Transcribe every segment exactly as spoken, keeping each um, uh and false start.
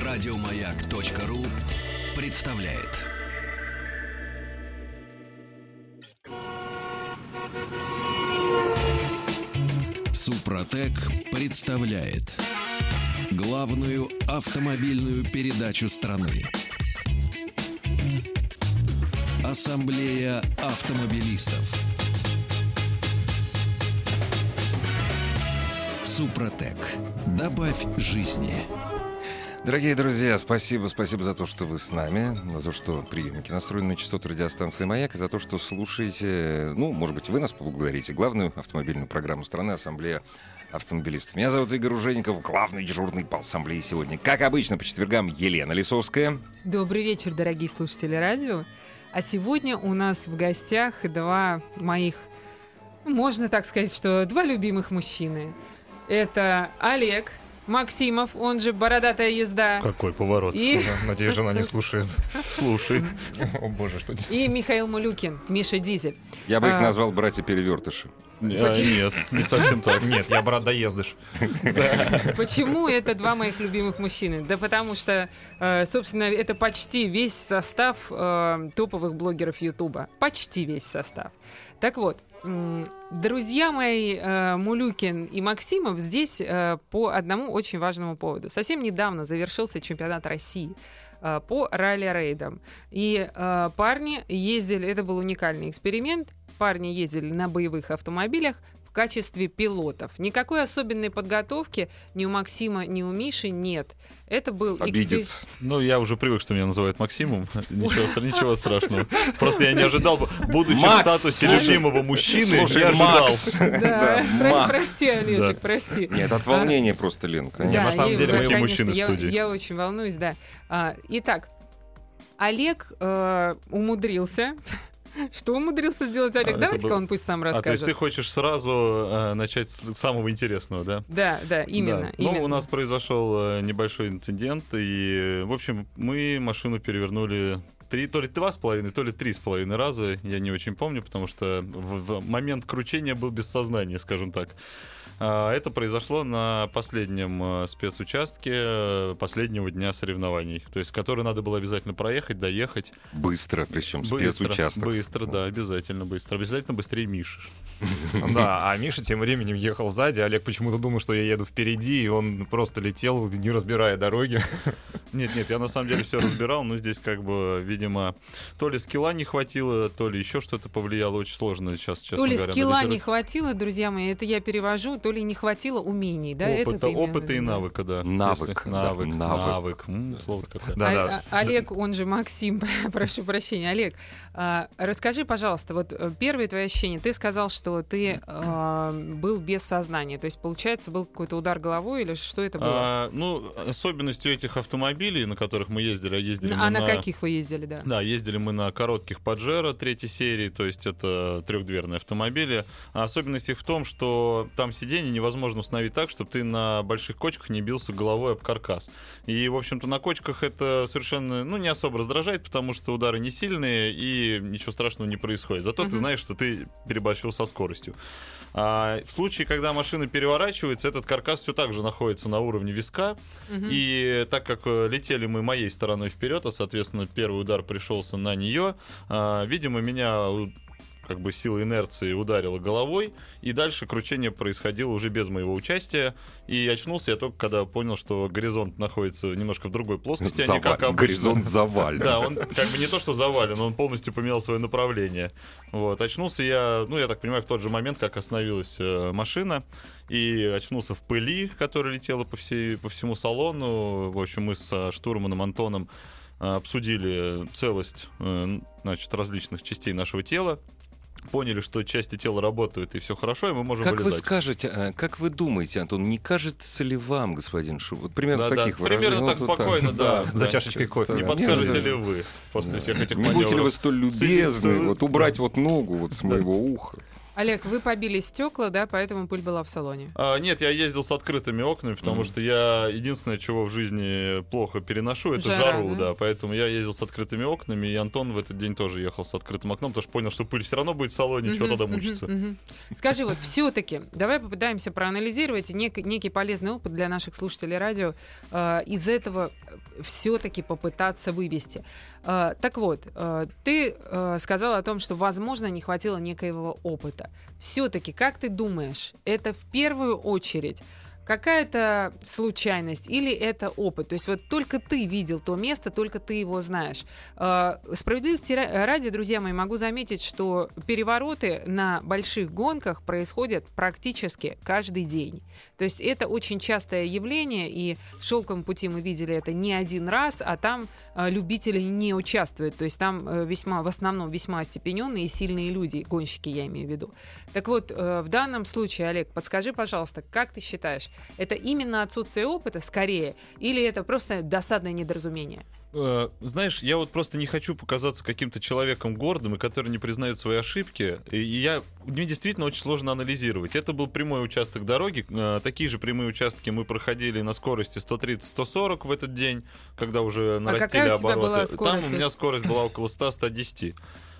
Радиомаяк.ру представляет. Супротек представляет главную автомобильную передачу страны. Ассамблея автомобилистов. Супротек. Добавь жизни. Дорогие друзья, спасибо, спасибо за то, что вы с нами, за то, что приемники настроены на частоту радиостанции «Маяк», и за то, что слушаете, ну, может быть, вы нас поблагодарите, главную автомобильную программу страны «Ассамблея автомобилистов». Меня зовут Игорь Ужеников, главный дежурный по ассамблее сегодня. Как обычно, по четвергам Елена Лисовская. Добрый вечер, дорогие слушатели радио. А сегодня у нас в гостях два моих, можно так сказать, что два любимых мужчины. Это Олег Максимов, он же «Бородатая езда». Какой поворот. И... Надеюсь, жена не слушает. Слушает. О боже, что делать. И Михаил Малюкин, Миша Дизель. Я бы их а... назвал братья-перевертыши. А, нет, не совсем так. Нет, я брат-доездыш. Почему это два моих любимых мужчины? Да потому что, собственно, это почти весь состав топовых блогеров Ютуба. Почти весь состав. Так вот, друзья мои, Мулюкин и Максимов здесь по одному очень важному поводу. Совсем недавно завершился чемпионат России по ралли-рейдам. И парни ездили, это был уникальный эксперимент, парни ездили на боевых автомобилях в качестве пилотов. Никакой особенной подготовки ни у Максима, ни у Миши нет. Это был эксперимент. Ну, я уже привык, что меня называют Максимом. Ничего, ничего страшного. Просто я не ожидал, будучи Макс, в статусе любимого мужчины, слушай, я ожидал. Макс. Да, Да, про- Макс. прости, Олежек, Да. прости. Нет, от волнения а, просто, Лен, конечно. Да, на самом и, деле, да, мои конечно, мужчины в я, студии. Я очень волнуюсь, да. А, итак, Олег э, умудрился... Что умудрился сделать Олег? А, Давайте-ка был... он пусть сам А, расскажет. то есть ты хочешь сразу э, начать с самого интересного, да? Да, да, именно. Да. именно. Ну, у нас произошел э, небольшой инцидент, и, в общем, мы машину перевернули три, то ли два с половиной, то ли три с половиной раза, я не очень помню, потому что в, в момент кручения был без сознания, скажем так. Это произошло на последнем спецучастке последнего дня соревнований, то есть который надо было обязательно проехать, доехать. Быстро, причем Быстро, спецучасток. Быстро, да, обязательно быстро. Обязательно быстрее Миши. Да, а Миша тем временем ехал сзади. Олег почему-то думал, что я еду впереди, и он просто летел, не разбирая дороги. Нет, нет, я на самом деле все разбирал, но здесь как бы, видимо, то ли скилла не хватило, то ли еще что-то повлияло. Очень сложно сейчас, честно говоря. говоря. То ли скилла анализировать. не хватило, друзья мои, это я перевожу, то ли не хватило умений, да? Опыта, это ты именно опыта и в виду? навыка, да. Навык, Если- да, навык, навык. навык. М, слово какое. Да, А- да. а- Олег, он же Максим, прошу прощения. Олег, а, расскажи, пожалуйста, вот э, первые твои ощущения. Ты сказал, что ты а, был без сознания, то есть, получается, был какой-то удар головой или что это было? А, ну, особенностью этих автомобилей, на которых мы ездили, а ездили мы а на на... каких вы ездили, да? Да, ездили мы на коротких Паджеро третьей серии, то есть это трехдверные автомобили. А особенность их в том, что там сиденье невозможно установить так, чтобы ты на больших кочках не бился головой об каркас. И, в общем-то, на кочках это совершенно, ну, не особо раздражает, потому что удары не сильные и ничего страшного не происходит. Зато Мгм. ты знаешь, что ты переборщил со скоростью. А в случае, когда машина переворачивается, этот каркас все так же находится на уровне виска. Мгм. И так как э, летели мы моей стороной вперед, а, соответственно, первый удар пришелся на нее, а, видимо, меня у- как бы сила инерции ударила головой, и дальше кручение происходило уже без моего участия. И очнулся я только когда понял, что горизонт находится немножко в другой плоскости, а не как Зава- обычно. Горизонт завален. Да, он как бы не то, что завален, он полностью поменял свое направление. Вот. Очнулся я, ну, я так понимаю, в тот же момент, как остановилась э, машина, и очнулся в пыли, которая летела по, всей, по всему салону. В общем, мы со штурманом Антоном э, обсудили целость э, значит, различных частей нашего тела, поняли, что части тела работают, и все хорошо, и мы можем Как вы вылезать. скажете, а, как вы думаете, Антон, не кажется ли вам, господин Шу, вот примерно в Да-да, таких примерно выражениях, так вот вот спокойно, да. За да. чашечкой кофе. Не Да. подскажете Нет, ли да. вы после всех этих Не будете ли вы маневров? столь любезны Цивилизованно. вот убрать вот ногу вот с моего уха? Олег, вы побили стекла, да, поэтому пыль была в салоне. А, нет, я ездил с открытыми окнами, потому mm. что я единственное, чего в жизни плохо переношу, это Жара, жару, да? да, поэтому я ездил с открытыми окнами, и Антон в этот день тоже ехал с открытым окном, потому что понял, что пыль все равно будет в салоне, чего тогда мучиться. Скажи, вот все-таки, давай попытаемся проанализировать нек- некий полезный опыт для наших слушателей радио, э, из этого все-таки попытаться вывести. Э, так вот, э, ты э, сказал о том, что, возможно, не хватило некоего опыта. Все-таки, как ты думаешь, это в первую очередь какая-то случайность или это опыт? То есть вот только ты видел то место, только ты его знаешь. Э, справедливости ради, друзья мои, могу заметить, что перевороты на больших гонках происходят практически каждый день. То есть это очень частое явление, и в «Шелковом пути» мы видели это не один раз, а там э, любители не участвуют. То есть там э, весьма, в основном весьма остепененные и сильные люди, гонщики я имею в виду. Так вот, э, в данном случае, Олег, подскажи, пожалуйста, как ты считаешь, это именно отсутствие опыта скорее, или это просто досадное недоразумение? Знаешь, я вот просто не хочу показаться каким-то человеком гордым, и который не признает свои ошибки. И я, мне действительно очень сложно анализировать. Это был прямой участок дороги. Такие же прямые участки мы проходили на скорости сто тридцать — сто сорок в этот день, когда уже нарастили а обороты. Там у меня скорость была около сто — сто десять.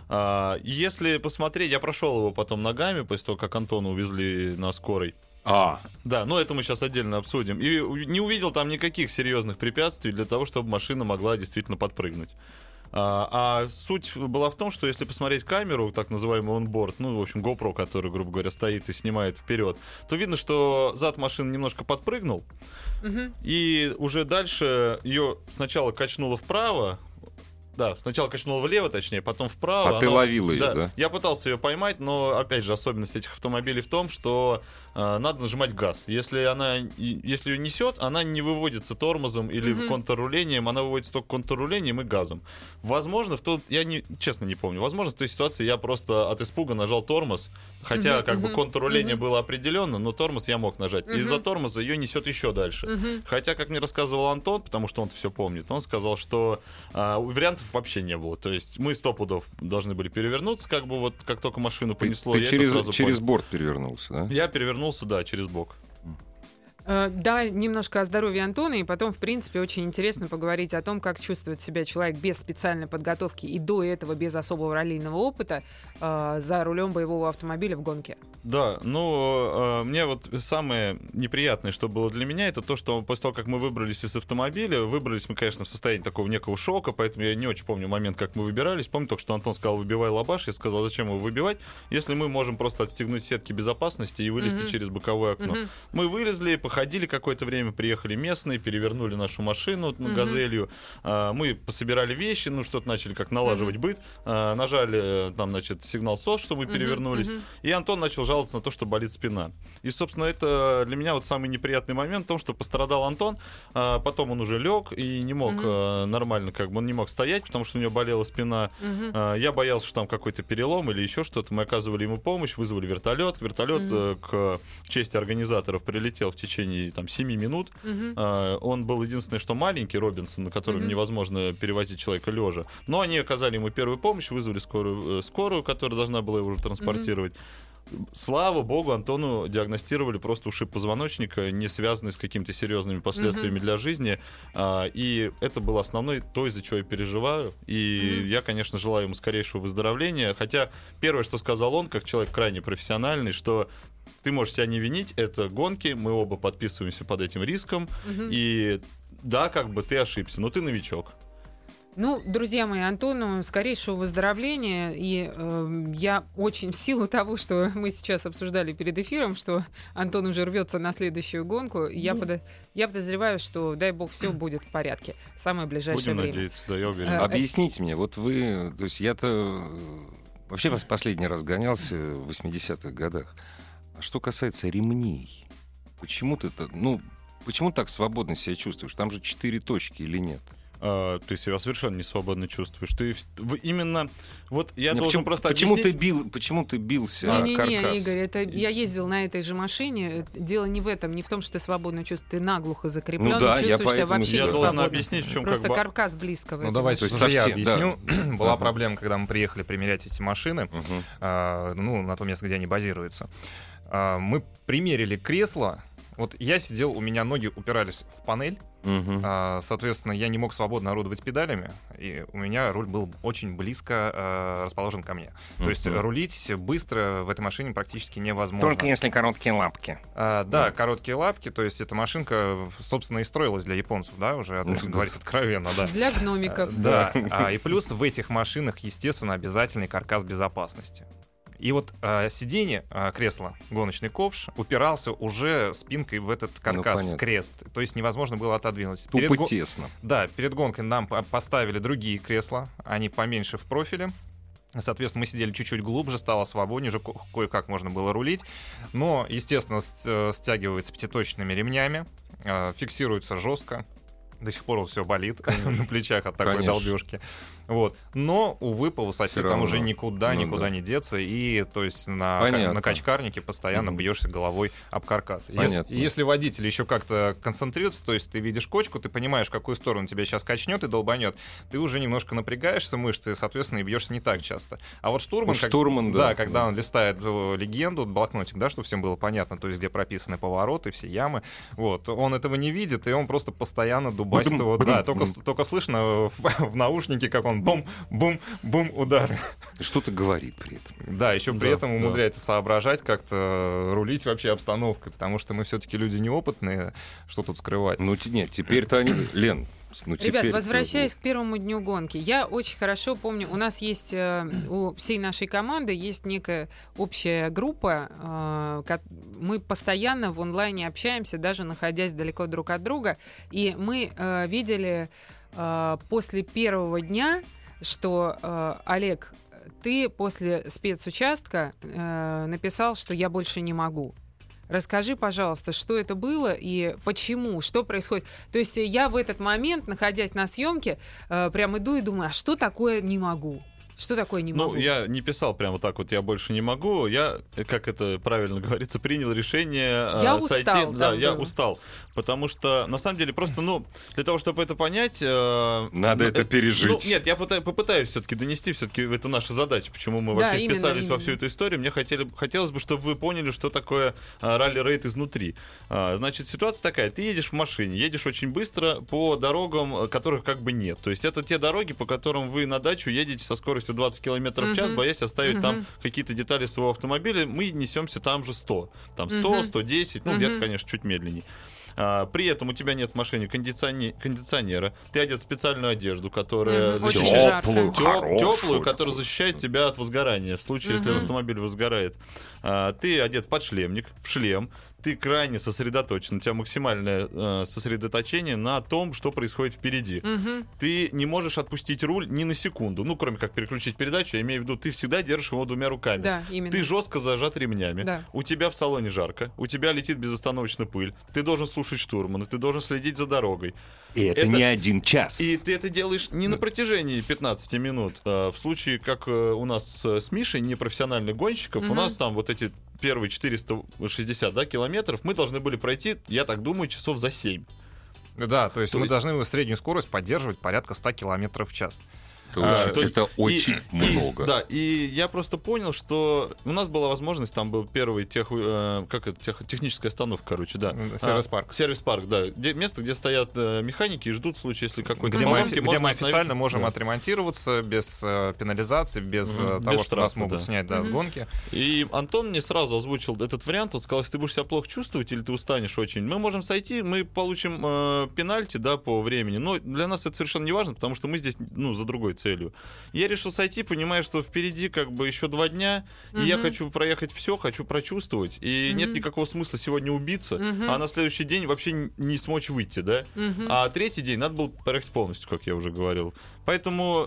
Если посмотреть, я прошел его потом ногами, после того, как Антона увезли на скорой. А. Да, но это мы сейчас отдельно обсудим. И не увидел там никаких серьезных препятствий для того, чтобы машина могла действительно подпрыгнуть. А, а суть была в том, что если посмотреть камеру, так называемый онборд, ну, в общем, GoPro, который, грубо говоря, стоит и снимает вперед, то видно, что зад машины немножко подпрыгнул, угу. И уже дальше ее сначала качнуло вправо. Да, сначала качнула влево, точнее, потом вправо. А она... ты ловил ее, да, да? Я пытался ее поймать, но, опять же, особенность этих автомобилей в том, что э, надо нажимать газ. Если она, если ее несет, она не выводится тормозом или mm-hmm. контррулением, она выводится только контррулением и газом. Возможно, в тот, я не, честно не помню, возможно, в той ситуации я просто от испуга нажал тормоз, хотя mm-hmm. как mm-hmm. бы контрруление mm-hmm. было определенно, но тормоз я мог нажать. Mm-hmm. Из-за тормоза ее несет еще дальше. Mm-hmm. Хотя, как мне рассказывал Антон, потому что он все помнит, он сказал, что э, вариантов вообще не было. То есть мы сто пудов должны были перевернуться, как бы вот как только машину понесло. Ты, ты я через, сразу через понял. борт перевернулся, да? Я перевернулся, да, через бок. Да, немножко о здоровье Антона, и потом, в принципе, очень интересно поговорить о том, как чувствует себя человек без специальной подготовки и до этого без особого раллийного опыта э, за рулем боевого автомобиля в гонке. Да, ну, э, мне вот самое неприятное, что было для меня, это то, что после того, как мы выбрались из автомобиля, выбрались мы, конечно, в состоянии такого некого шока, поэтому я не очень помню момент, как мы выбирались. Помню только, что Антон сказал, выбивай лабаш, я сказал, зачем его выбивать, если мы можем просто отстегнуть сетки безопасности и вылезти mm-hmm. через боковое окно. Mm-hmm. Мы вылезли, походили какое-то время, приехали местные, перевернули нашу машину на mm-hmm. «Газелью», а, мы пособирали вещи, ну, что-то начали как налаживать mm-hmm. быт, а, нажали там, значит, сигнал СОС, что мы mm-hmm. перевернулись, mm-hmm. и Антон начал жаловаться на то, что болит спина. И, собственно, это для меня вот самый неприятный момент в том, что пострадал Антон, а потом он уже лег и не мог mm-hmm. нормально, как бы, он не мог стоять, потому что у него болела спина. Mm-hmm. А, я боялся, что там какой-то перелом или еще что-то. Мы оказывали ему помощь, вызвали вертолет. Вертолет, mm-hmm. к чести организаторов, прилетел в течение там семи минут. Mm-hmm. А, он был единственное, что маленький, Робинсон, на котором mm-hmm. невозможно перевозить человека лежа. Но они оказали ему первую помощь, вызвали скорую, скорую, которая должна была его уже транспортировать. Mm-hmm. Слава богу, Антону диагностировали просто ушиб позвоночника, не связанный с какими-то серьезными последствиями mm-hmm. для жизни. А, и это было основное, то, из-за чего я переживаю. И mm-hmm. я, конечно, желаю ему скорейшего выздоровления. Хотя первое, что сказал он, как человек крайне профессиональный, что ты можешь себя не винить, это гонки, мы оба подписываемся под этим риском. Mm-hmm. И да, как бы ты ошибся, но ты новичок. Ну, друзья мои, Антону скорейшего выздоровления. И э, я очень в силу того, что мы сейчас обсуждали перед эфиром, что Антон уже рвется на следующую гонку, я, ну, подо... я подозреваю, что, дай бог, все будет в порядке в самое ближайшее Будем время. Будем надеяться, да, я уверен. А, Объясните мне, вот вы, то есть я-то вообще последний раз гонялся в восьмидесятых годах. А что касается ремней, почему ты, ну, почему так свободно себя чувствуешь? Там же четыре точки или нет? э, ты себя совершенно не свободно чувствуешь. Ты в- именно... Вот я Не, должен почему, просто почему объяснить... ты бил, почему ты бился о Не-не-не, каркас? Игорь, это я ездил на этой же машине. Дело не в этом, не в том, что ты свободно чувствуешь, ты наглухо закреплен, Ну да, я чувствуешь себя поэтому- вообще Я не должен свободно. объяснить, в чем Просто как бы... каркас близко в Ну этой давайте То есть уже я совсем, да. объясню. Была Ага. проблема, когда мы приехали примерять эти машины, Мгм. а, ну, на то место, где они базируются. А, мы примерили кресло. Вот я сидел, у меня ноги упирались в панель, Мгм. а, соответственно, я не мог свободно орудовать педалями, и у меня руль был очень близко а, расположен ко мне. То есть Мгм. рулить быстро в этой машине практически невозможно. Только если короткие лапки. А, да, Да. короткие лапки, то есть эта машинка, собственно, и строилась для японцев, да, уже, Ну, если говорить откровенно, да. Для гномиков. Да, а, и плюс в этих машинах, естественно, обязательный каркас безопасности. И вот а, сиденье, а, кресло, гоночный ковш, упирался уже спинкой в этот каркас, понятно. в крест. То есть невозможно было отодвинуть. Тупо Перед го- тесно. Да, перед гонкой нам по- поставили другие кресла, они поменьше в профиле. Соответственно, мы сидели чуть-чуть глубже, стало свободнее, уже ко- кое-как можно было рулить. Но, естественно, с- э, стягивается пятиточными ремнями, э, фиксируется жестко. До сих пор все болит на плечах от такой Конечно. долбежки. Вот. Но, увы, по высоте Всё там равно. уже никуда, Ну никуда да. не деться. И, то есть, на, Понятно. на качкарнике постоянно Мгм. бьешься головой об каркас. Если, Понятно. если водитель еще как-то концентрируется, то есть ты видишь кочку, ты понимаешь, в какую сторону тебя сейчас качнет и долбанет, ты уже немножко напрягаешься мышцы, и, соответственно, и бьешься не так часто. А вот штурман... Ну, как- штурман, да. Да, когда он листает э, легенду, блокнотик, да, чтобы всем было понятно, то есть где прописаны повороты, все ямы, вот, он этого не видит, и он просто постоянно дубасит Бдым, его, бдым, да, только, бдым. только слышно в, в наушнике, как он бум-бум-бум удары. Что-то говорит при этом. Да, еще при Да, этом да. умудряется соображать, как-то рулить вообще обстановкой, потому что мы все-таки люди неопытные, что тут скрывать. Ну, те- нет, теперь-то они... Лен, ну Ребят, теперь-то- возвращаясь к первому дню гонки, я очень хорошо помню, у нас есть, э, у всей нашей команды есть некая общая группа, э, ко- мы постоянно в онлайне общаемся, даже находясь далеко друг от друга, и мы э, видели э, после первого дня, что э, Олег, ты после спецучастка э, написал, что я больше не могу. Расскажи, пожалуйста, что это было и почему, что происходит. То есть я в этот момент, находясь на съемке, э, прям иду и думаю, а что такое не могу? Что такое не могу? Ну, я не писал прямо так вот, я больше не могу. Я, как это правильно говорится, принял решение э, Я сойти. устал, Да, да, я было. устал. Потому что, на самом деле, просто, ну, для того, чтобы это понять... э, Надо ну, это э, пережить. Ну, нет, я пыта- попытаюсь все-таки донести, все-таки это наша задача, почему мы Да, вообще именно, вписались во именно. всю эту историю. Мне хотели, хотелось бы, чтобы вы поняли, что такое э, ралли-рейд изнутри. А, значит, ситуация такая. Ты едешь в машине, едешь очень быстро по дорогам, э, которых как бы нет. То есть это те дороги, по которым вы на дачу едете со скоростью двадцать километров в час, Мгм. боясь оставить там Мгм. какие-то детали своего автомобиля. Мы несемся там же сто. Там сто, Мгм. сто десять, ну, Мгм. где-то, конечно, чуть медленнее. А, при этом у тебя нет в машине кондициони- кондиционера, ты одет в специальную одежду, которая Мгм, очень защищает, жарко. Теплую, хорошую теплую, которая такую. защищает тебя от возгорания в случае, если Мгм. автомобиль возгорает. А, ты одет в подшлемник, в шлем, ты крайне сосредоточен, у тебя максимальное э, сосредоточение на том, что происходит впереди. Мгм. Ты не можешь отпустить руль ни на секунду, ну, кроме как переключить передачу, я имею в виду, ты всегда держишь его двумя руками. Да, именно. Ты жестко зажат ремнями, Да. у тебя в салоне жарко, у тебя летит безостановочно пыль, ты должен слушать штурмана, ты должен следить за дорогой. И это, это- не один час. И ты это делаешь не на протяжении пятнадцати минут. А, В случае, как э, у нас с с Мишей, непрофессиональных гонщиков, у Мгм. нас там вот эти первые четыреста шестьдесят да, километров мы должны были пройти, я так думаю, часов за семь. Да, то есть То мы есть- должны среднюю скорость поддерживать порядка ста километров в час. То А, есть то есть это и- очень и- много. Да, и я просто понял, что у нас была возможность, там был первый тех, э, как это, тех- техническая остановка, короче, да. М, А, сервис-парк. Сервис-парк, да. Где, место, где стоят э, механики и ждут в случае, если какой-то Где мы, поломки, офи- где можно мы остановиться. официально можем Да. отремонтироваться без э, пенализации, без Мгм. э, Без того, что штрафа, нас могут да. снять да, с Мгм. гонки. И Антон мне сразу озвучил этот вариант. Он сказал, если ты будешь себя плохо чувствовать или ты устанешь очень, мы можем сойти, мы получим э, пенальти, да, по времени. Но для нас это совершенно не важно, потому что мы здесь, ну, за другой целью. Я решил сойти, понимая, что впереди как бы еще два дня, и я Мгм. хочу проехать все, хочу прочувствовать, и нет Мгм. никакого смысла сегодня убиться, Мгм. а на следующий день вообще н- не смочь выйти, да. Мгм. А третий день надо было проехать полностью, как я уже говорил. Поэтому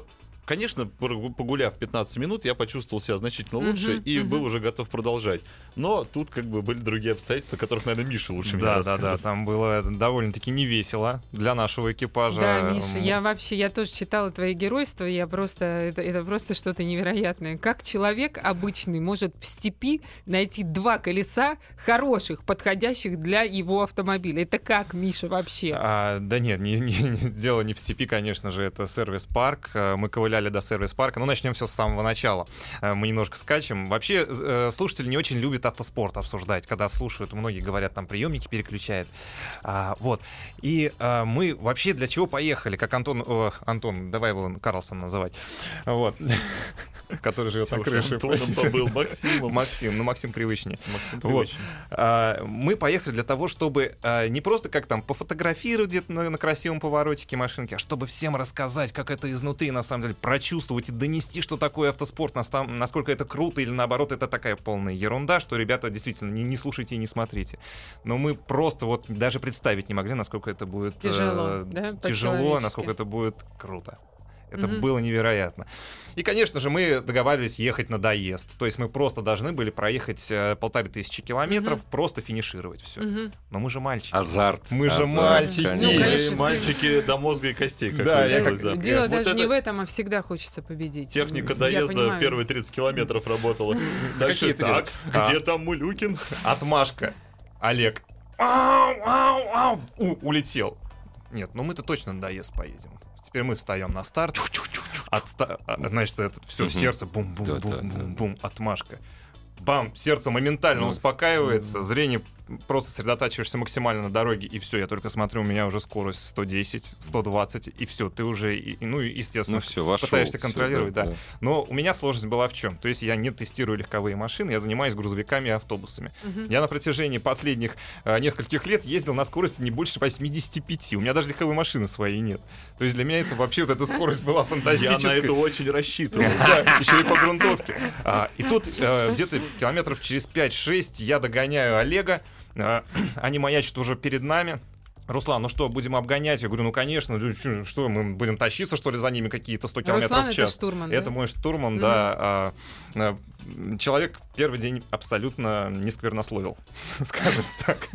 конечно, погуляв пятнадцать минут, я почувствовал себя значительно лучше Мгм, и мгм. был уже готов продолжать. Но тут как бы были другие обстоятельства, которых, наверное, Миша лучше меня Да, да, да, расскажет. там было довольно-таки невесело для нашего экипажа. Да, Миша, М, я вообще, я тоже читала твои геройства, я просто, это, это просто что-то невероятное. Как человек обычный может в степи найти два колеса хороших, подходящих для его автомобиля? Это как, Миша, вообще? А, да нет, не, не- не- дело не в степи, конечно же, это сервис-парк. А, Мы ковыляли до сервис-парка. Ну, начнем все с самого начала. А, Мы немножко скачем. Вообще, э, слушатели не очень любят автоспорт обсуждать, когда слушают, многие говорят, там приемники переключают. А, вот. И а, мы вообще для чего поехали? Как Антон, о, Антон, давай его Карлсон называть. Вот. Который живет на Уж крыше. Антоном простите. побыл, Максимом. Максим, ну Максим привычнее. Максим Вот. привычный. А, мы поехали для того, чтобы а, не просто как там пофотографировать где-то на, на красивом поворотике машинки, а чтобы всем рассказать, как это изнутри, на самом деле, прочувствовать и донести, что такое автоспорт, наста- насколько это круто, или наоборот, это такая полная ерунда, что, ребята, действительно, не, не слушайте и не смотрите. Но мы просто вот даже представить не могли, насколько это будет э, Тяжело, да, тяжело, по-человечески. насколько это будет круто. Это Мгм. было невероятно. И, конечно же, мы договаривались ехать на доезд. То есть мы просто должны были проехать э, полторы тысячи километров, Мгм. просто финишировать все. Мгм. Но мы же мальчики. Азарт. Мы же азарт, мальчики. конечно. Ну, И конечно, мальчики до мозга и костей, как Да, я выяснилось, как- да. Дело Вот даже это не в этом, а всегда хочется победить. Техника Я доезда понимаю. первые тридцать километров работала. Дальше какие так, тридцать? где А. там Мулюкин? Отмашка. Олег. Ау, ау, ау. У, улетел. Нет, ну мы-то точно на доезд поедем. Теперь мы встаем на старт. Отста- а, Значит, это все Мгм. сердце, Да, да, бум-бум-бум-бум-бум, отмашка. Бам, сердце моментально Ну, успокаивается, зрение просто сосредотачиваешься максимально на дороге, и все, я только смотрю, у меня уже скорость сто десять, сто двадцать, и все, ты уже, и- и, ну, естественно, Ну все, вошел. пытаешься всё, контролировать, да. Но у меня сложность была в чем? То есть я не тестирую легковые машины, я занимаюсь грузовиками и автобусами. Мгм. Я на протяжении последних э, нескольких лет ездил на скорости не больше восемьдесят пять. У меня даже легковой машины своей нет. То есть для меня это вообще вот эта скорость была Я фантастическая. на это очень рассчитывал. Да, еще и по грунтовке. А, и тут э, где-то километров через пять-шесть я догоняю Олега. А, они маячат уже перед нами. Руслан, ну что, будем обгонять? Я говорю, ну конечно, ну, чё, что, мы будем тащиться, что ли, за ними какие-то сто километров Руслан в это час? штурман, Это да? мой штурман, Мгм. да. а, а, человек первый день абсолютно не сквернословил, скажем так.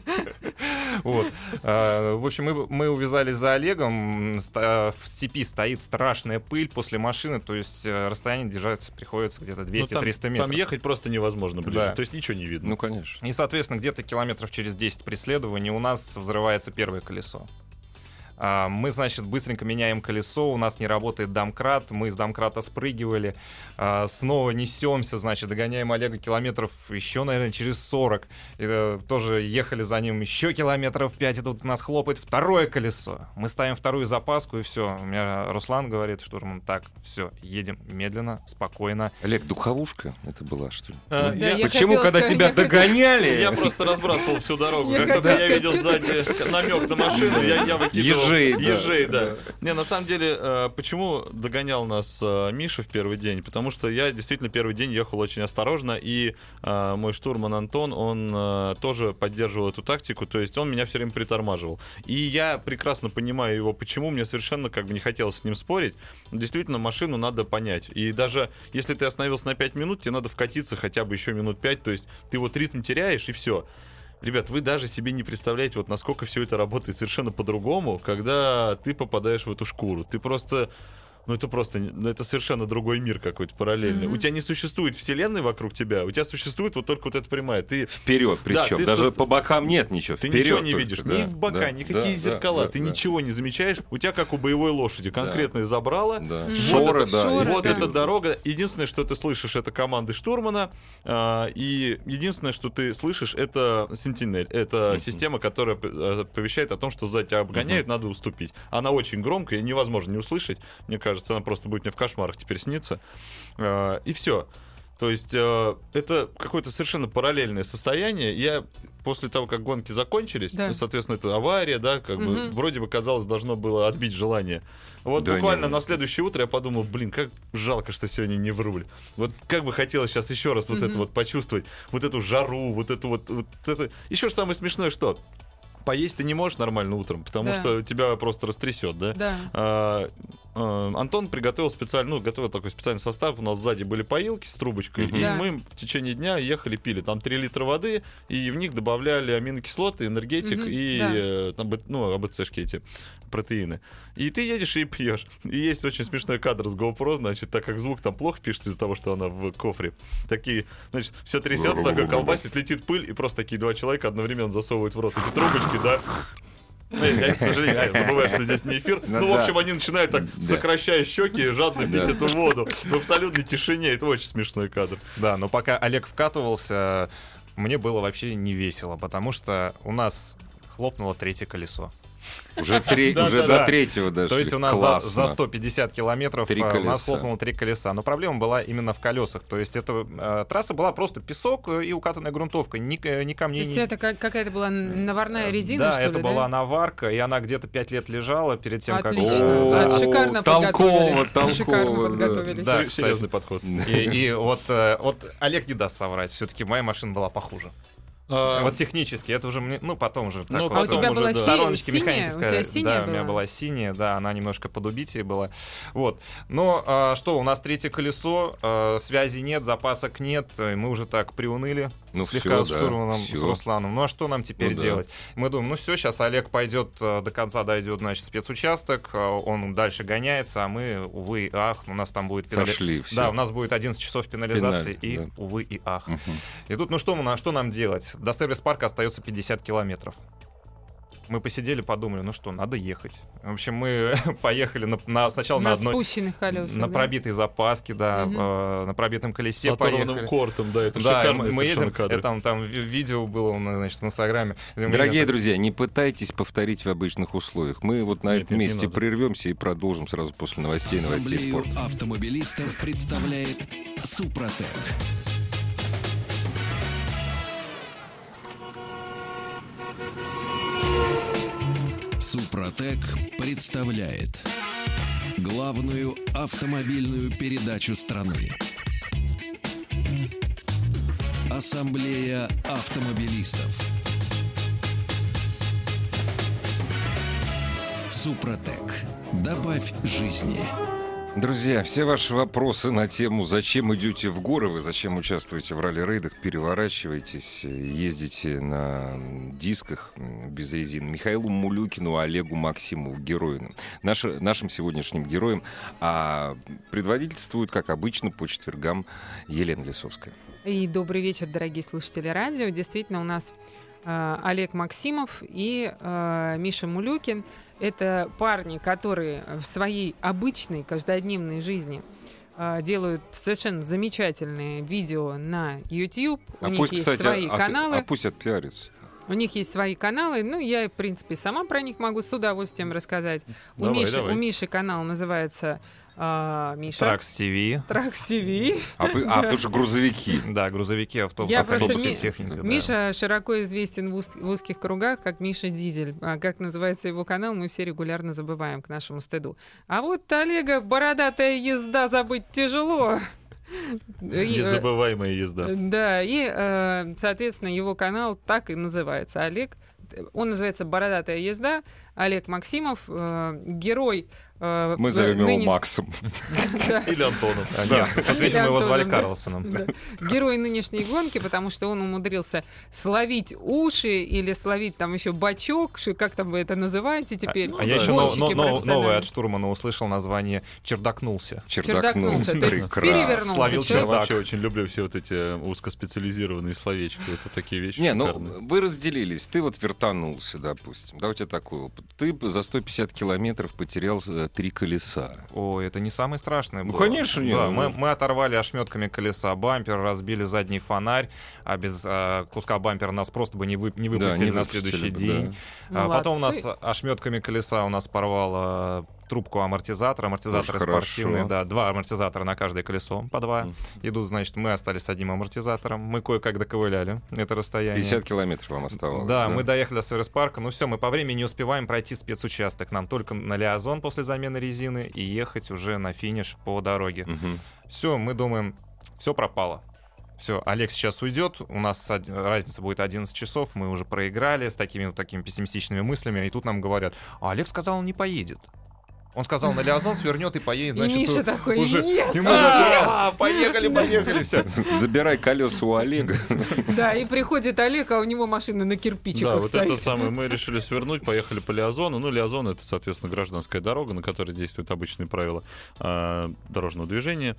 Вот. А, В общем, мы, мы увязались за Олегом. Ста- В степи стоит страшная пыль после машины, то есть э, расстояние держаться приходится где-то Ну, там- двести-триста метров. Там ехать просто невозможно ближе. Да. То есть ничего не видно. Ну, конечно. И, соответственно, где-то километров через десять преследований у нас взрывается первое колесо. А, Мы, значит, быстренько меняем колесо, у нас не работает домкрат, мы с домкрата спрыгивали, а, снова несемся, значит, догоняем Олега километров еще, наверное, через сорок. И, э, тоже ехали за ним еще километров пять, и тут у нас хлопает второе колесо. Мы ставим вторую запаску, и все. У меня Руслан говорит, штурман, так, все, едем медленно, спокойно. Олег, духовушка это была, что ли? А, Да, я- я Почему, хотела когда сказать- тебя я хотела- догоняли? Я просто разбрасывал всю дорогу. Я Как только хотела я видел сказать, сзади намек на машину, я, я выкидывал Ежей, да. ежей, да. Не, на самом деле, э, почему догонял нас э, Миша в первый день? Потому что я действительно первый день ехал очень осторожно, и э, мой штурман Антон, он э, тоже поддерживал эту тактику, то есть он меня все время притормаживал. И я прекрасно понимаю его, почему, мне совершенно как бы не хотелось с ним спорить. Действительно, машину надо понять. И даже если ты остановился на пять минут, тебе надо вкатиться хотя бы еще минут пять, то есть ты вот ритм теряешь, и все. Ребят, вы даже себе не представляете, вот насколько все это работает совершенно по-другому, когда ты попадаешь в эту шкуру. Ты просто... Ну, это просто, ну, это совершенно другой мир какой-то параллельный. Мгм. У тебя не существует вселенной вокруг тебя, у тебя существует вот только вот эта прямая. Ты, Вперед, причем. ты Даже со- по бокам нет ничего. ты Вперед ничего не только, видишь, да, ни в бока, да, никакие да, зеркала, да, ты да, ничего не замечаешь. У тебя, как у боевой лошади, конкретное забрало. Да. Мгм. Шоры, Вот это- да. шоры, и Вот да. эта вперед. дорога. Единственное, что ты слышишь, это команды штурмана. а, И единственное, что ты слышишь, это Sentinel. Это Мгм. система, которая э, оповещает о том, что за тебя обгоняют, надо уступить. Она очень громкая, невозможно не услышать. Мне кажется, она просто будет мне в кошмарах теперь снится. А, И все. То есть э, это какое-то совершенно параллельное состояние. Я после того, как гонки закончились, Да. ну, соответственно, это авария, да, как бы Мгм. вроде бы казалось, должно было отбить желание. Вот Да буквально не, на не. следующее утро я подумал, блин, как жалко, что сегодня не в руль. Вот как бы хотелось сейчас еще раз вот Мгм. это вот почувствовать, вот эту жару, вот эту вот, вот это. Еще же самое смешное, что поесть ты не можешь нормально утром, потому Да. что тебя просто растрясет, да? Да. А, а, Антон приготовил специально, ну, готовил такой специальный состав. У нас сзади были поилки с трубочкой, Мгм. и Да. мы в течение дня ехали, пили. Там три литра воды, и в них добавляли аминокислоты, энергетик Мгм, и да. э, там, б- ну, АБЦшки эти, протеины. И ты едешь и пьешь. И есть очень смешной кадр с GoPro, значит, так как звук там плохо пишется из-за того, что она в кофре. Такие, значит, все трясется, такая колбасит, летит пыль, и просто такие два человека одновременно засовывают в рот эти трубочки, да. Ну, Я, я, к сожалению, я забываю, что здесь не эфир. Ну Ну, в да. общем, они начинают так, Да. сокращая щеки, жадно пить Да. эту воду. В абсолютной тишине. Это очень смешной кадр. Да, но пока Олег вкатывался, мне было вообще не весело, потому что у нас хлопнуло третье колесо. Уже, три, Да, уже да, до да. третьего дошли. То есть у нас за, Классно. за сто пятьдесят километров Три э, у колеса. нас хлопнуло три колеса. Но проблема была именно в колесах. То есть эта э, трасса была просто песок э, и укатанная грунтовка. Ни, э, ни То камней, есть ни- это как- какая-то была наварная резина, Да, что ли, это была наварка, и она где-то пять лет лежала перед тем, как... Отлично. э, Да, да. шикарно толково, подготовились. толково, Шикарно да. подготовились. Да, Сер- Серьезный подход. И, и вот, э, вот Олег не даст соврать. Все-таки моя машина была похуже. А, Вот технически, это уже мне, ну, потом уже. так Ну, вот, А у потом тебя уже, была да. си- стороночки синяя? У механическая. тебя синяя да, была? у меня была синяя, да, она немножко подубитее была. Вот. Но а, что, у нас третье колесо, а, связи нет, запасок нет, и мы уже так приуныли. Ну, Слегка всё, с да, штурманом, всё. с Русланом. Ну а что нам теперь Ну да. делать? Мы думаем, ну все, сейчас Олег пойдет э, до конца, дойдет, значит, спецучасток, э, он дальше гоняется, а мы, увы и ах, у нас там будет пенали- Сошли все. Да, у нас будет одиннадцать часов пенализации, Пеналь, и, да. увы и ах. Мгм. И тут, ну что, мы, на- что нам делать? До сервис-парка остается пятьдесят километров. Мы посидели, подумали, ну что, надо ехать. В общем, мы поехали на, на- сначала на, На одной... спущенных колесах. На да? пробитой запаске, да, Мгм. э, на пробитом С колесе оторванным поехали. кортом, да, это Да, и шикарные мы, мы совершенно едем, кадры. это там, там ви- видео было у нас, значит, в Инстаграме. где мы Дорогие едем, друзья, не пытайтесь повторить в обычных условиях. Мы вот на Нет, этом нет, не месте надо. прервемся и продолжим сразу после новостей, новостей Ассамблею спорта. автомобилистов представляет Супротек. Супротек представляет главную автомобильную передачу страны. Ассамблея автомобилистов. Супротек. Добавь жизни. Друзья, все ваши вопросы на тему, зачем идете в горы, вы зачем участвуете в ралли-рейдах, переворачиваетесь, ездите на дисках м, без резин. Михаилу Мулюкину, Олегу Максимову, героям. Наш, нашим сегодняшним героям. А предводительствует, как обычно, по четвергам Елена Лисовская. И добрый вечер, дорогие слушатели радио. Действительно, у нас э, Олег Максимов и э, Миша Мулюкин. Это парни, которые в своей обычной каждодневной жизни э, делают совершенно замечательные видео на YouTube. У А них пусть, есть кстати, свои от- каналы. а пусть отпиарится. У них есть свои каналы. Ну, я, в принципе, сама про них могу с удовольствием рассказать. У, Давай, Миши, давай. у Миши канал называется э, Миша. Тракс ТВ. Тракс ТВ. А, вы- а потому что грузовики. Да, грузовики, автобусы, Я просто автобусная Ми- техника. да. Миша широко известен в, уз- в узких кругах как Миша Дизель. А как называется его канал, мы все регулярно забываем, к нашему стыду. А вот Олега бородатая езда забыть тяжело. И, э, Незабываемая езда. Да, и, э, соответственно, его канал так и называется. Олег, он называется «Бородатая езда». Олег Максимов, э, герой. э, Мы в зовем его ныне- Максом. Да. Или Антонов. А, Нет, в тот вечер мы его звали Антоном, да. Карлсоном. Да. Герой нынешней гонки, потому что он умудрился словить уши или словить там еще бачок, ши- как там вы это называете теперь? А я еще но- Гонщики но- но- новое профессиональные. от штурмана услышал название «Чердакнулся». Чердакнулся, то есть Прекрасно. перевернулся. Словил человек. Я чердак. вообще очень люблю все вот эти э, узкоспециализированные словечки. Это такие вещи Не, ну шикарные. вы разделились. Ты вот вертанулся, допустим. Да, у тебя такой опыт. Ты за сто пятьдесят километров потерял э, три колеса. Ой, это не самое страшное Ну, было. конечно, нет. Да, Ну, мы, мы оторвали ошметками колеса бампер, разбили задний фонарь, а без а, куска бампера нас просто бы не, вы, не Да, выпустили не на выпустили следующий бы, день. да. А потом у нас Молодцы. ошметками колеса у нас порвало трубку амортизатора. Амортизаторы Тоже спортивные, хорошо. да, два амортизатора на каждое колесо, по два. Мгм. Идут, значит, мы остались с одним амортизатором. Мы кое-как доковыляли это расстояние. пятьдесят километров вам оставалось. Да, мы доехали до сервис-парка. Ну все, мы по времени не успеваем пройти спецучасток. Нам только на Лиазон после замены резины и ехать уже на финиш по дороге. Мгм. Все, мы думаем, все пропало. Все, Олег сейчас уйдет, у нас од- разница будет одиннадцать часов, мы уже проиграли с такими вот такими пессимистичными мыслями, и тут нам говорят, а Олег сказал, он не поедет. Он сказал, на Лиазон свернет и поедет. И Миша такой, уже... yes! И мы такие, «А, поехали, поехали, все. Забирай колеса у Олега. Да, и приходит Олег, а у него машина на кирпичиках Да, вот стоит. это самое. Мы решили свернуть, поехали по Лиазону. Ну, Лиазон — это, соответственно, гражданская дорога, на которой действуют обычные правила э, дорожного движения.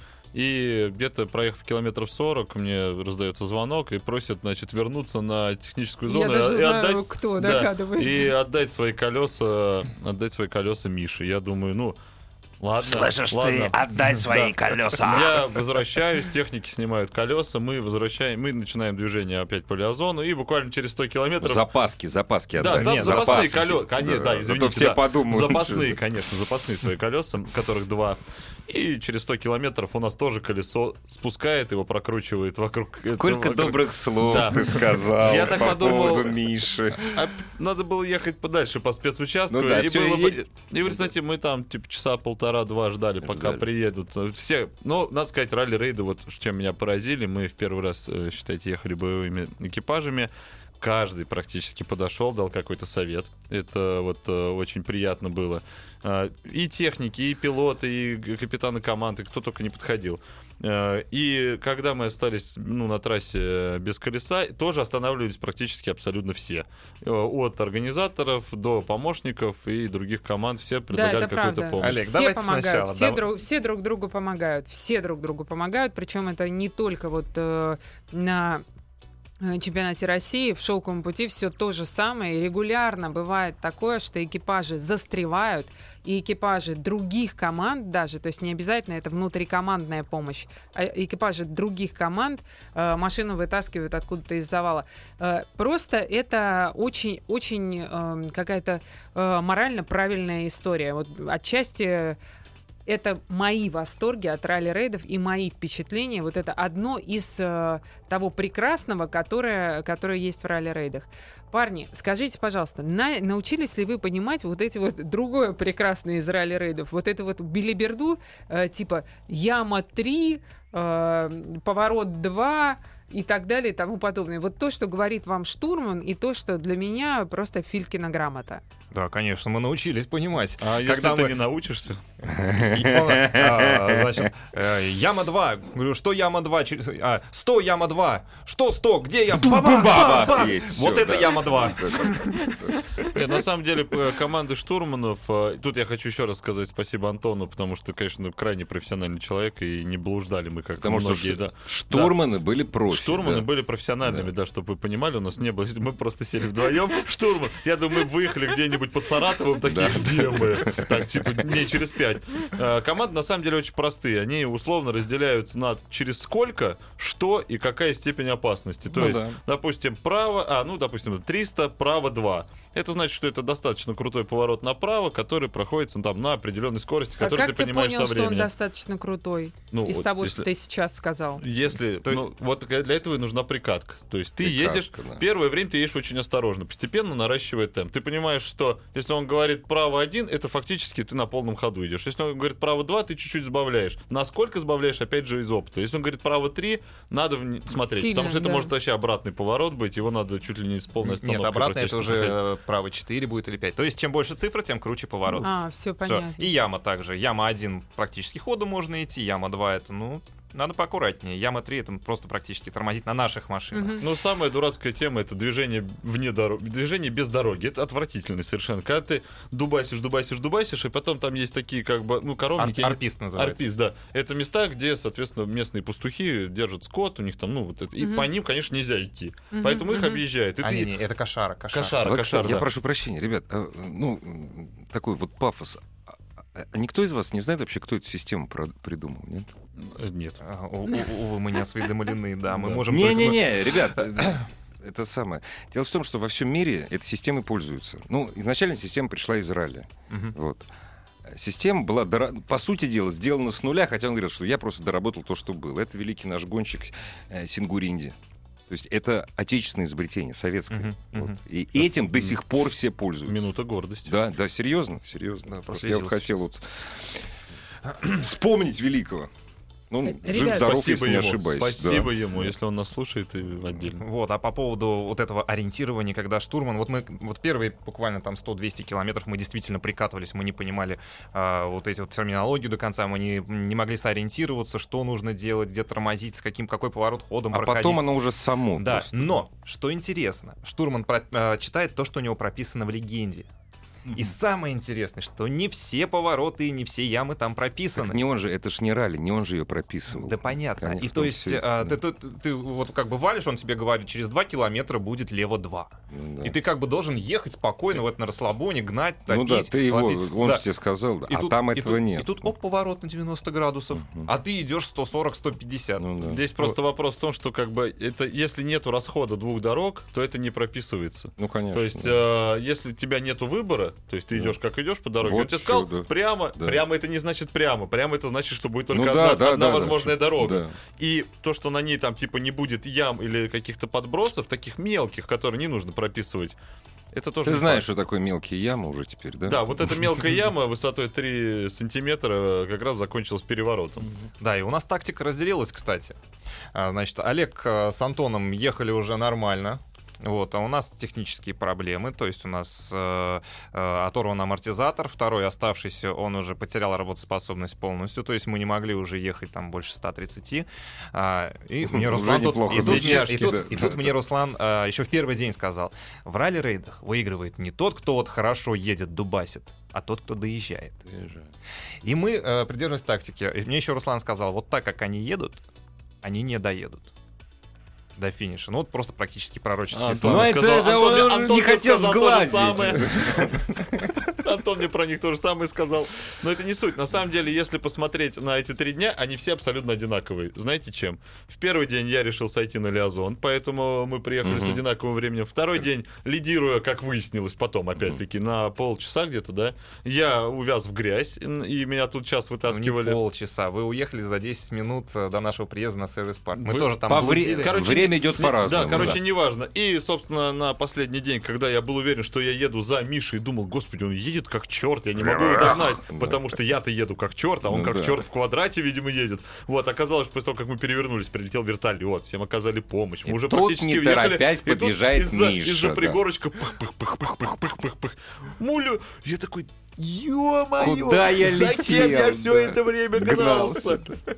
И где-то проехав километров сорок, мне раздается звонок и просят, значит, вернуться на техническую зону. Я даже и знаю, отдать, кто, да, догадываюсь. и отдать свои колеса, отдать свои колеса Мише. Я думаю, ну, ладно. Слышишь ладно. ты, отдай свои Да. колеса. Я возвращаюсь, техники снимают колеса, мы возвращаем, мы начинаем движение опять по Лиазону, и буквально через сто километров... Запаски, запаски Да, отдай. за- Нет, запасные запаски. колеса. Конечно, да, извините. А то все да. подумают. Запасные, конечно, запасные свои колеса, которых два. И через сто километров у нас тоже колесо спускает, его прокручивает вокруг... Сколько вокруг- добрых слов Да. ты сказал Я так по подумал, поводу Миши. А надо было ехать подальше по спецучастку. Ну да, и, всё, было и- бы... и вы знаете, мы там типа часа полтора-два ждали, пока Ждали. приедут. Все, ну, надо сказать, ралли-рейды, вот чем меня поразили. Мы в первый раз, э, считайте, ехали боевыми экипажами. Каждый практически подошел, дал какой-то совет. Это вот э, очень приятно было. А, и техники, и пилоты, и г- капитаны команды, кто только не подходил. Э, И когда мы остались ну, на трассе э, без колеса, тоже останавливались практически абсолютно все. Э, От организаторов до помощников и других команд. Все предлагали это какую-то правда. помощь. Олег, Все давайте помогают, сначала, все, давай. друг, все друг другу помогают, все друг другу помогают, причем это не только вот э, на э, чемпионате России, в «Шелковом пути» все то же самое. И регулярно бывает такое, что экипажи застревают, и экипажи других команд даже, то есть не обязательно это внутрикомандная помощь, а экипажи других команд э, машину вытаскивают откуда-то из завала. Э, просто это очень, очень э, какая-то э, морально правильная история. Вот отчасти это мои восторги от ралли-рейдов и мои впечатления. Вот это одно из э, того прекрасного, которое, которое есть в ралли-рейдах. Парни, скажите, пожалуйста, на- научились ли вы понимать вот эти вот другое прекрасное из ралли-рейдов? Вот эту вот билиберду, э, типа яма три, э, поворот два и так далее и тому подобное. Вот то, что говорит вам штурман, и то, что для меня просто Филькина грамота. Да, конечно, мы научились понимать. А если Когда ты мы- не научишься? И он, а, значит, э, яма два. Говорю, что яма два? Через- а, сто яма два. Что сто? Где я? Ба-ба-ба-ба. Есть, Вот всё, это да. яма два. Нет, на самом деле, п- команды штурманов, э, тут я хочу еще раз сказать спасибо Антону, потому что, конечно, крайне профессиональный человек, и не блуждали мы, как Потому что многие, ш- да. штурманы были профи. Штурманы да. были профессиональными, да. чтобы вы понимали, у нас не было, мы просто сели вдвоем, штурман, я думаю, мы выехали где-нибудь под Саратовым, такие, где мы? Так, типа, дней через пять. Э, Команды, на самом деле, очень простые, они условно разделяются на через сколько, что и какая степень опасности. То Ну есть, да. допустим, право, а, ну, допустим, триста, право два. Это значит, что это достаточно крутой поворот направо, который проходится ну, там на определенной скорости, А которую как ты ты понимаешь понял, со что он временем. достаточно крутой Ну, из вот того, если- что ты сейчас сказал? Если, То ну, вот для этого и нужна прикатка. То есть ты Прикатка, едешь, да. первое время ты едешь очень осторожно, постепенно наращивая темп. Ты понимаешь, что если он говорит право один, это фактически ты на полном ходу идешь. Если он говорит право два, ты чуть-чуть сбавляешь. Насколько сбавляешь, опять же, из опыта. Если он говорит право три, надо вни- смотреть, Сильно, потому что это да. может вообще обратный поворот быть, его надо чуть ли не с полной остановкой. Нет, обратно это практически уже проходить. э, право четыре будет или пять. То есть чем больше цифр, тем круче поворот. А, все Всё. понятно. И яма также. Яма один практически ходу можно идти, яма два это, ну, надо поаккуратнее. Яма три это просто практически тормозить на наших машинах. Мгм. Ну, самая дурацкая тема — это движение вне дороги, движение без дороги. Это отвратительно совершенно. Когда ты дубасишь, дубасишь, дубасишь, и потом там есть такие, как бы, ну, Ар- коровники. они- арпист называется. Арпист, да. Это места, где, соответственно, местные пастухи держат скот, у них там, ну, вот это. И Мгм. по ним, конечно, нельзя идти. Мгм, Поэтому их мгм. объезжают. И А, ты... не, не, это кошара. Кошара. Кошара, Вот, кошара, кстати, я да. прошу прощения, ребят, а, ну, м, такой вот пафос. А- а никто из вас не знает вообще, кто эту систему про- придумал, нет? Э, Нет. А, у- у- Увы, мы не осведомлены, да. Мы Да. можем только- Не-не-не, ребят, э, это самое. Дело в том, что во всем мире этой системой пользуются. Ну, изначально система пришла из ралли. Мгм. Вот. Система была, дора- по сути дела, сделана с нуля, хотя он говорил, что я просто доработал то, что было. Это великий наш гонщик э, Сингуринди. То есть это отечественное изобретение, советское. Мгм, Вот. мгм. И этим до сих пор все пользуются. Минута гордости. Да, да, серьезно, серьезно. Да, Просто я вот прослезился. хотел вот вспомнить великого. Ну, Ребят, жив-здоров, Спасибо если не ему, ошибаюсь. спасибо Да. ему, если он нас слушает, и отдельно. Вот, а по поводу вот этого ориентирования, когда штурман, вот мы, вот первые буквально там сто-двести километров мы действительно прикатывались, мы не понимали а, вот эти вот терминологию до конца, мы не, не могли сориентироваться, что нужно делать, где тормозить, с каким, какой поворот ходом А проходить. потом оно уже само. Да, просто. но, что интересно, штурман про- а, читает то, что у него прописано в легенде. И самое интересное, что не все повороты и не все ямы там прописаны. Так не он же, это ж не ралли, не он же ее прописывал. Да понятно. Конечно, И то есть всё а, это, ты, ты- ты вот как бы валишь, он тебе говорит, через два километра будет лево два. Ну, да. И ты как бы должен ехать спокойно, вот на расслабоне, гнать, топить. Ну да, ты его, ловить. он Да. же тебе сказал, И а тут- там и этого тут- нет. И тут оп, поворот на девяносто градусов, Мгм. а ты идешь сто сорок - сто пятьдесят. Ну да. Здесь просто вопрос в том, что как бы это, если нету расхода двух дорог, то это не прописывается. Ну, конечно. То есть, да. э, если у тебя нету выбора, то есть ты Да. идешь как идешь по дороге, Вот он тебе всё, сказал да. прямо, Да. прямо это не значит прямо, прямо это значит, что будет только Ну одна, да, да, одна да, возможная да. дорога. Да. И то, что на ней там типа не будет ям или каких-то подбросов, таких мелких, которые не нужно прописывать, это тоже Ты не знаешь, факт. что такое мелкие ямы уже теперь, да? Да, вот эта мелкая яма высотой три сантиметра как раз закончилась переворотом. Да, и у нас тактика разделилась, кстати. А, Значит, Олег э, с Антоном ехали уже нормально. Вот, а у нас технические проблемы, то есть у нас э, э, оторван амортизатор, второй оставшийся, он уже потерял работоспособность полностью, то есть мы не могли уже ехать там больше ста тридцати. А, и мне Уже Руслан тут, неплохо, и тут, мне, бедняжки, и тут- да, и да, тут да. мне Руслан а, еще в первый день сказал: в ралли-рейдах выигрывает не тот, кто вот хорошо едет, дубасит, а тот, кто доезжает. И мы э, придерживались тактики. И мне еще Руслан сказал: вот так как они едут, они не доедут до финиша. Ну вот просто практически пророческие А, слова. Ну, Антон это- сказал- это Антон мне- он Антон не мне хотел сказал то же сгладить. самое. Антон мне про них то же самое сказал. Но это не суть. На самом деле, если посмотреть на эти три дня, они все абсолютно одинаковые. Знаете чем? В первый день я решил сойти на Лиазон, поэтому мы приехали с Мгм. одинаковым временем. Второй день, лидируя, как выяснилось потом, опять-таки, на полчаса где-то, да, я увяз в грязь, и меня тут час Ну, не вытаскивали. полчаса. Вы уехали за десять минут э, до нашего приезда на сервис-парк. Мы Вы- тоже там По вре- блудили. короче, время идет Не- по-разному. Да, короче, да. неважно. И, собственно, на последний день, когда я был уверен, что я еду за Мишей, думал, господи, он едет как черт, я не могу его догнать, Да. потому что я-то еду как черт, а он Ну как да. черт в квадрате, видимо, едет. Вот, оказалось, что после того, как мы перевернулись, прилетел вертолет, всем оказали помощь. Мы И уже тут, практически не въехали. торопясь, и тут подъезжает из-за, Миша, из-за да. пригорочка пых-пых-пых-пых-пых-пых-пых. Мулю, я такой, ё-моё, Куда я за кем я летел, все да. это время Гнался. гнался?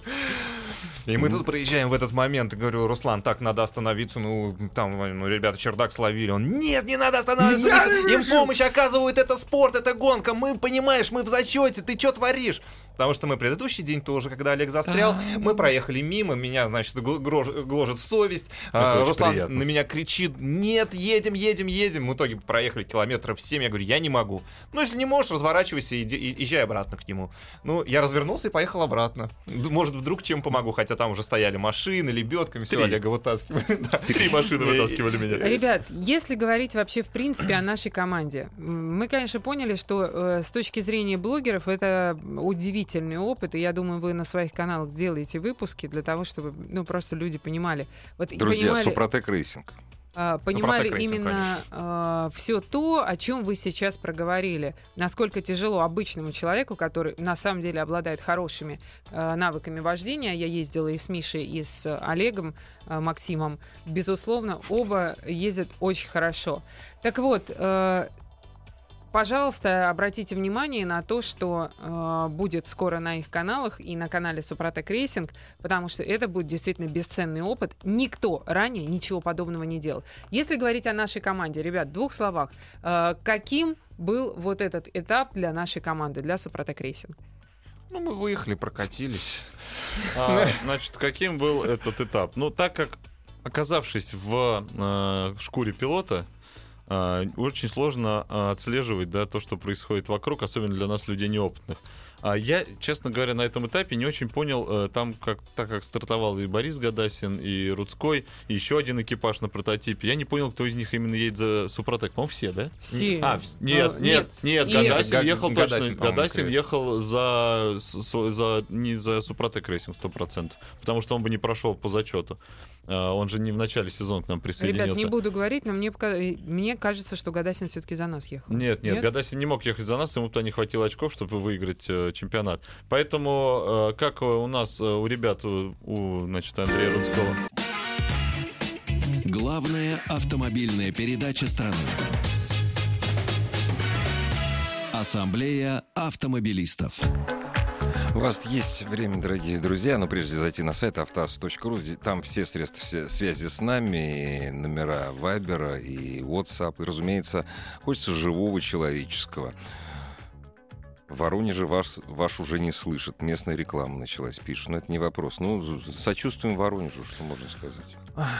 И мы тут проезжаем в этот момент, и говорю: Руслан, так надо остановиться, ну, там, ну, ребята, чердак словили. Он: нет, не надо останавливаться, Не надо, им Миша!» помощь оказывают, это спорт, это гонка, мы, понимаешь, мы в зачете, ты что творишь? Потому что мы предыдущий день тоже, когда Олег застрял, мы проехали мимо, меня, значит, гл- грож- гложет совесть, а, очень Руслан приятно. на меня кричит: нет, едем, едем, едем. В итоге проехали километров семь, я говорю: я не могу. Ну, если не можешь, разворачивайся и иди- и езжай обратно к нему. Ну, я развернулся и поехал обратно. Д- Может, вдруг чем помогу, хотя там уже стояли машины, лебедками, все, Три. Олега вытаскивали. Да. Три машины вытаскивали меня. Ребят, если говорить вообще в принципе о нашей команде, м, мы, конечно, поняли, что э, с точки зрения блогеров это удивительный опыт, и я думаю, вы на своих каналах сделаете выпуски для того, чтобы, ну, просто люди понимали. Вот, и Друзья, понимали, Супротек Рейсинг. а, понимали Супротек Рейсинг, именно все то, о чем вы сейчас проговорили. Насколько тяжело обычному человеку, который на самом деле обладает хорошими э, навыками вождения. Я ездила и с Мишей, и с э, Олегом, э, Максимом. Безусловно, оба ездят очень хорошо. Так вот, э, пожалуйста, обратите внимание на то, что э, будет скоро на их каналах и на канале Супротек Рейсинг, потому что это будет действительно бесценный опыт. Никто ранее ничего подобного не делал. Если говорить о нашей команде, ребят, в двух словах, э, каким был вот этот этап для нашей команды, для Супротек Рейсинг? Ну, мы выехали, прокатились. А, значит, каким был этот этап? Ну, так как, оказавшись в э, шкуре пилота, э, очень сложно э, отслеживать, да, то, что происходит вокруг, особенно для нас, людей неопытных. А я, честно говоря, на этом этапе не очень понял, э, там, как, так как стартовал и Борис Гадасин, и Рудской, и еще один экипаж на прототипе, я не понял, кто из них именно едет за Супротек. По-моему, все, да? Все. А, вс- нет, Ну, нет, нет, И- Гадасин Га- ехал Гадасин, точно. по-моему, Гадасин крылья. ехал за, с- с- за не за Супротек Рейсинг сто процентов, потому что он бы не прошел по зачету. Он же не в начале сезона к нам присоединился. Ребят, не буду говорить, но мне, мне кажется, что Гадасин все-таки за нас ехал. Нет, нет, нет, Гадасин не мог ехать за нас, ему туда не хватило очков, чтобы выиграть э, чемпионат. Поэтому, э, как у нас, э, у ребят, у, у значит, Андрея Рудского... Главная автомобильная передача страны. Ассамблея автомобилистов. У вас есть время, дорогие друзья, но прежде зайти на сайт автоаз точка ру, там все средства все связи с нами, и номера Вайбера, и WhatsApp, и, разумеется, хочется живого человеческого. В Воронеже вас, ваш уже не слышат, местная реклама началась, пишут, но это не вопрос. Ну, сочувствуем Воронежу, что можно сказать.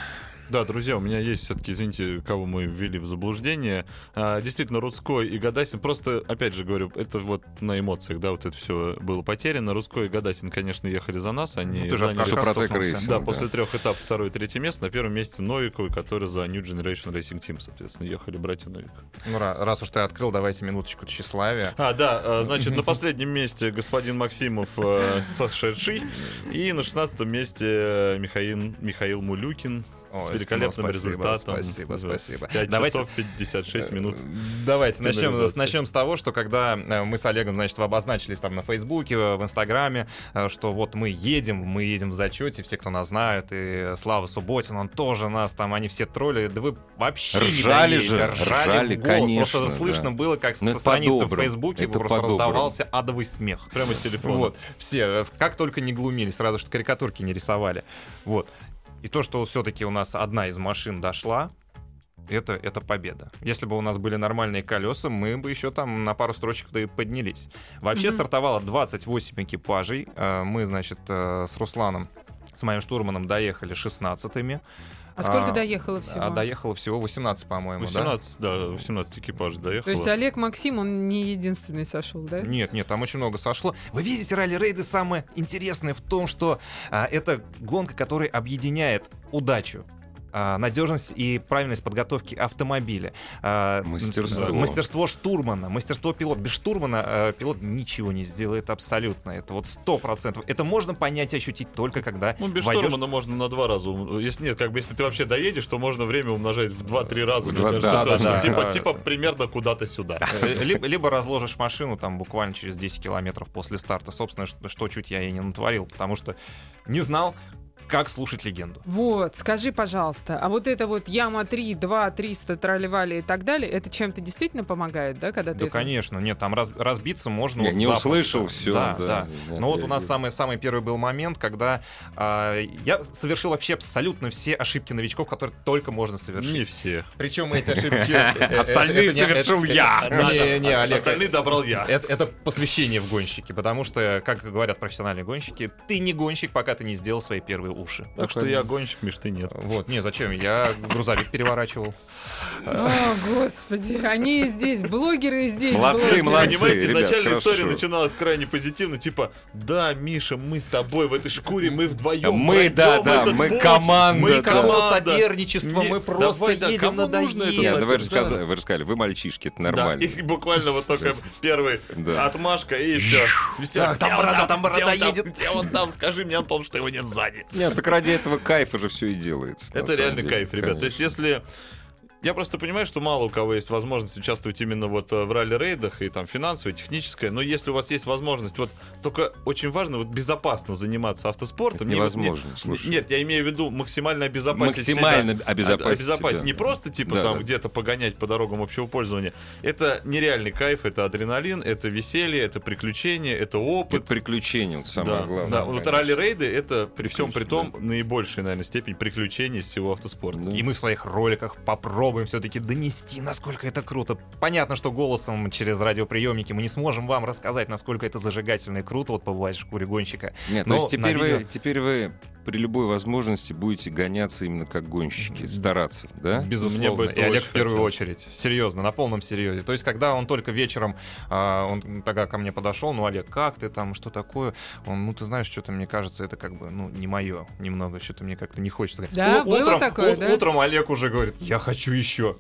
Да, друзья, у меня есть все-таки, извините, кого мы ввели в заблуждение. А, действительно, Рудской и Гадасин, просто, опять же говорю, это вот на эмоциях, да, вот это все было потеряно. Рудской и Гадасин, конечно, ехали за нас. Они ну, заняли... Супротек Racing, да, да, после трех этапов второе и третье место. На первом месте Новиковы, которые за New Generation Racing Team, соответственно, ехали братья Новик. Ну, раз уж ты открыл, давайте минуточку тщеславия. А, да, значит, на последнем месте господин Максимов сошедший. И на шестнадцатом месте Михаил, Михаил Мулюкин. Ой, с великолепным спасибо, результатом. Спасибо, спасибо. пять Давайте... часов пятьдесят шесть минут. Давайте начнем, начнем с того, что когда мы с Олегом, значит, обозначились там на Фейсбуке, в Инстаграме, что вот мы едем, мы едем в зачете, все, кто нас знают, и Слава Субботин, он тоже нас там, они все тролли, да вы вообще ржали не доедете, же, ржали, ржали, в голос. конечно, просто слышно да. было, как Но со страницы в Фейсбуке это просто по-доброму. раздавался адовый смех. Прямо с телефона. Вот, все, как только не глумились, сразу что карикатурки не рисовали. Вот. И то, что все-таки у нас одна из машин дошла, это, это победа. Если бы у нас были нормальные колеса, мы бы еще там на пару строчек да и поднялись. Вообще mm-hmm. стартовало двадцать восемь экипажей. Мы, значит, с Русланом, с моим штурманом доехали шестнадцатыми. А сколько а, доехало всего? А доехало всего восемнадцать, по-моему, восемнадцать, да? да, восемнадцать экипажей доехало. То есть Олег Максим, он не единственный сошел, да? Нет, нет, там очень много сошло. Вы видите, ралли-рейды самое интересное в том, что а, это гонка, которая объединяет удачу, надежность и правильность подготовки автомобиля. Мастерство. Мастерство штурмана, мастерство пилота. Без штурмана пилот ничего не сделает абсолютно. Это вот сто процентов. Это можно понять и ощутить только когда Ну, без войдешь... штурмана можно на два раза. Если нет, как бы если ты вообще доедешь, то можно время умножать в два-три раза. В Мне два, кажется, да, тоже. да, да. Типа, А, типа примерно куда-то сюда. Либо, либо разложишь машину там буквально через десять километров после старта. Собственно, что, что чуть я и не натворил, потому что не знал, как слушать легенду. Вот, скажи, пожалуйста, а вот это вот Яма три, два, триста, тролливали и так далее, это чем-то действительно помогает, да, когда ты Да, это... конечно, нет, там раз, разбиться можно. Я вот не запросто. услышал все. Да, да, да. да. Но вот я, у нас я... самый, самый первый был момент, когда э, я совершил вообще абсолютно все ошибки новичков, которые только можно совершить. Не все. Причем эти ошибки... Остальные совершил я. Не, не, Олег. Остальные добрал я. Это посвящение в гонщики, потому что, как говорят профессиональные гонщики, ты не гонщик, пока ты не сделал свои первые уши. Так что я гонщик, Миш, ты нет. Вот, не, зачем? Я грузовик переворачивал. О, господи, они здесь, блогеры здесь. Молодцы, блогеры. молодцы. Понимаете, ребят, изначально хорошо. история начиналась крайне позитивно, типа, да, Миша, мы с тобой в этой шкуре, мы вдвоем Мы, да, да, мы команда, мы да. Никакого команда. соперничества, Не, мы просто давай, да, едем кому нужно это? Нет, надоест. да вы, же Да. сказали, вы же сказали, вы мальчишки, это Да, нормально. и буквально вот только первый Да. отмашка, и все. Так, там борода, там борода едет. Где он там? Скажи мне, Антон, что его нет сзади. Нет, так ради этого кайфа же все и делается. на Это самом реально деле, кайф, ребят. То есть, конечно. если... Я просто понимаю, что мало у кого есть возможность участвовать именно вот э, в ралли-рейдах и там финансовая, техническая, но если у вас есть возможность, вот только очень важно вот безопасно заниматься автоспортом. Это Не- невозможно, не- слушай. Нет, я имею в виду максимально обезопасить Максимально себя. обезопасить обезопасить. себя, Не да. просто типа Да, там да. где-то погонять по дорогам общего пользования. Это нереальный кайф, это адреналин, это веселье, это приключение, это опыт. Это приключение, вот самое Да, главное. да. Вот конечно. ралли-рейды это при всем при том Приключения, наибольшая, наверное, степень приключений из всего автоспорта. Да. И мы в своих роликах попробуем все-таки донести, насколько это круто. Понятно, что голосом через радиоприемники мы не сможем вам рассказать, насколько это зажигательно и круто вот побывать в шкуре гонщика. Нет, Но то есть теперь на вы, видео- теперь вы при любой возможности будете гоняться именно как гонщики, стараться, да? Безусловно. Мне бы это И Олег очень в первую хотелось. очередь. Серьезно, на полном серьезе. То есть, когда он только вечером, а, он тогда ко мне подошел, ну, Олег, как ты там, что такое? Он, ну, ты знаешь, что-то мне кажется, это как бы, ну, не мое немного, что-то мне как-то не хочется. Да, У- было утром, такое, у- да? Утром Олег уже говорит, я хочу еще.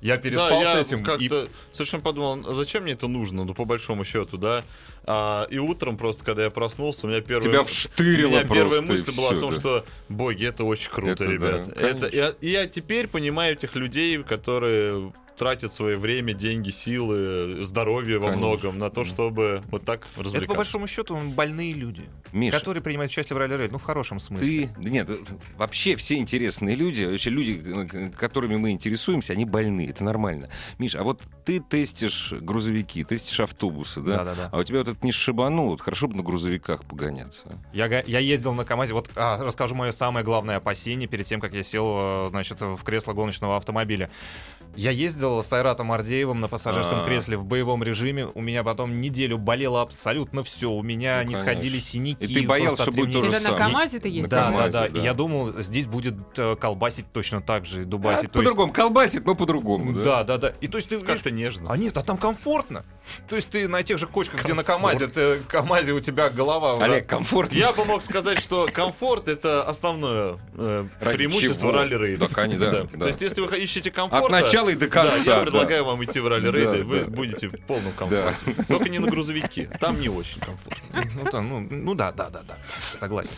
Я переспал да, с этим. Я как-то и... совершенно подумал, а зачем мне это нужно, ну, по большому счету, да. А, и утром просто, когда я проснулся, у меня первая, Тебя вштырило у меня первая просто, мысль и была всё, о том, да. что, боги, это очень круто, Это ребят. да, это, я, и я теперь понимаю этих людей, которые тратят свое время, деньги, силы, здоровье во Конечно. многом на то, чтобы вот так развлекаться. Это, по большому счету, больные люди, Миша, которые принимают участие в ралли-рейд, ну, в хорошем смысле. ты... Да нет, вообще все интересные люди, вообще люди, которыми мы интересуемся, они больны, это нормально. Миш, а вот ты тестишь грузовики, тестишь автобусы, да? Да-да-да. А у тебя вот это не шибануло, вот хорошо бы на грузовиках погоняться. Я, га- я ездил на КамАЗе. Вот а, расскажу мое самое главное опасение перед тем, как я сел, э, значит, в кресло гоночного автомобиля. Я ездил с Айратом Ардеевым на пассажирском А-а-а. кресле в боевом режиме. У меня потом неделю болело абсолютно все. У меня Ну, не конечно. сходили синяки. И ты боялся, просто что от будет ремней. то же Это на самое. КамАЗе ты ездил? Да, КамАЗе, да, да, да. И я думал, здесь будет э, колбасить точно так же, и дубасить. А, То есть- по-другому, колбасит, но по-другому, да? Да, да, да. И то есть ты видишь, Как-то нежно. а нет, а там комфортно. То есть ты на тех же кочках, где на КамАЗе, ты, КамАЗе у тебя голова... Олег, комфорт. Я бы мог сказать, что комфорт — это основное э, Ради преимущество чего? ралли-рейда. Да, конечно, да, да. То есть, если вы ищете комфорта... От начала и до конца, Да, я да. предлагаю вам идти в ралли-рейды, Да, вы да. будете в полном комфорте. Только не на грузовике, там не очень комфортно. Ну, да, ну, ну да, да, да, да. Согласен.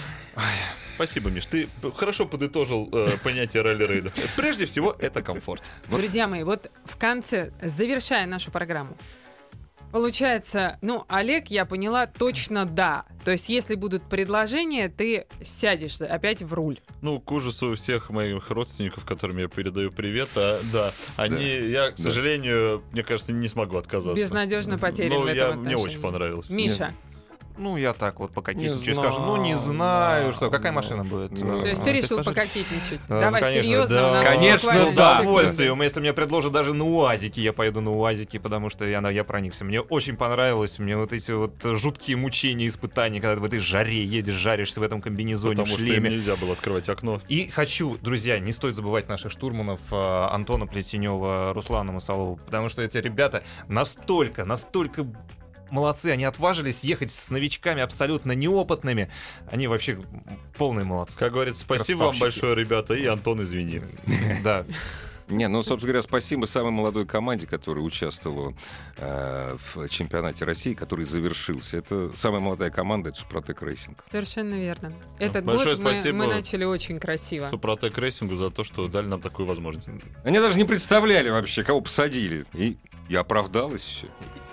Спасибо, Миш, ты хорошо подытожил э, понятие ралли-рейдов. Прежде всего, это комфорт. Друзья мои, вот в конце, завершая нашу программу, получается, ну, Олег, я поняла, точно да. То есть, если будут предложения, ты сядешь опять в руль. Ну, к ужасу всех моих родственников, которым я передаю привет, а, да, они, я, к Да. сожалению, мне кажется, не смогу отказаться. Безнадежно потерян Ну, в этом я, отношении. мне очень понравилось. Миша, Ну, я так вот пококетничаю, Не скажу, ну, не знаю, знаю. что, какая машина будет. Ну, то есть А, ты решил скажи. пококетничать. Да, Давай, ну, конечно, серьезно, да. у нас Конечно, буквально да. С секунды. удовольствием. Если мне предложат даже на УАЗике, я поеду на УАЗике, потому что я, я проникся. Мне очень понравилось. Мне вот эти вот жуткие мучения, испытания, когда ты в этой жаре едешь, жаришься в этом комбинезоне, Потому в что им шлеме. нельзя было открывать окно. И хочу, друзья, не стоит забывать наших штурманов э, Антона Плетенева, Руслана Масалова, потому что эти ребята настолько, настолько молодцы, они отважились ехать с новичками абсолютно неопытными. Они вообще полные молодцы. Как говорится, спасибо вам Красавчики. большое, ребята, и Антон, извини. Да. Не, ну, собственно говоря, спасибо самой молодой команде, которая участвовала э, в чемпионате России, который завершился. Это самая молодая команда, это Супротек Рейсинг. Совершенно верно. Этот Большое год мы, спасибо. мы начали очень красиво. Супротек Рейсингу за то, что дали нам такую возможность. Они даже не представляли вообще, кого посадили. И, и оправдалось все.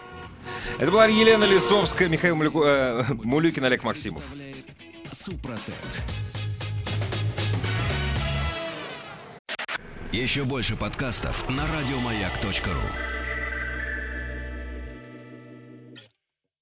Это была Елена Лисовская, Михаил Мулюку- э, Мулюкин, Олег Максимов. Представляет Супротек. Еще больше подкастов на радиомаяк точка ру.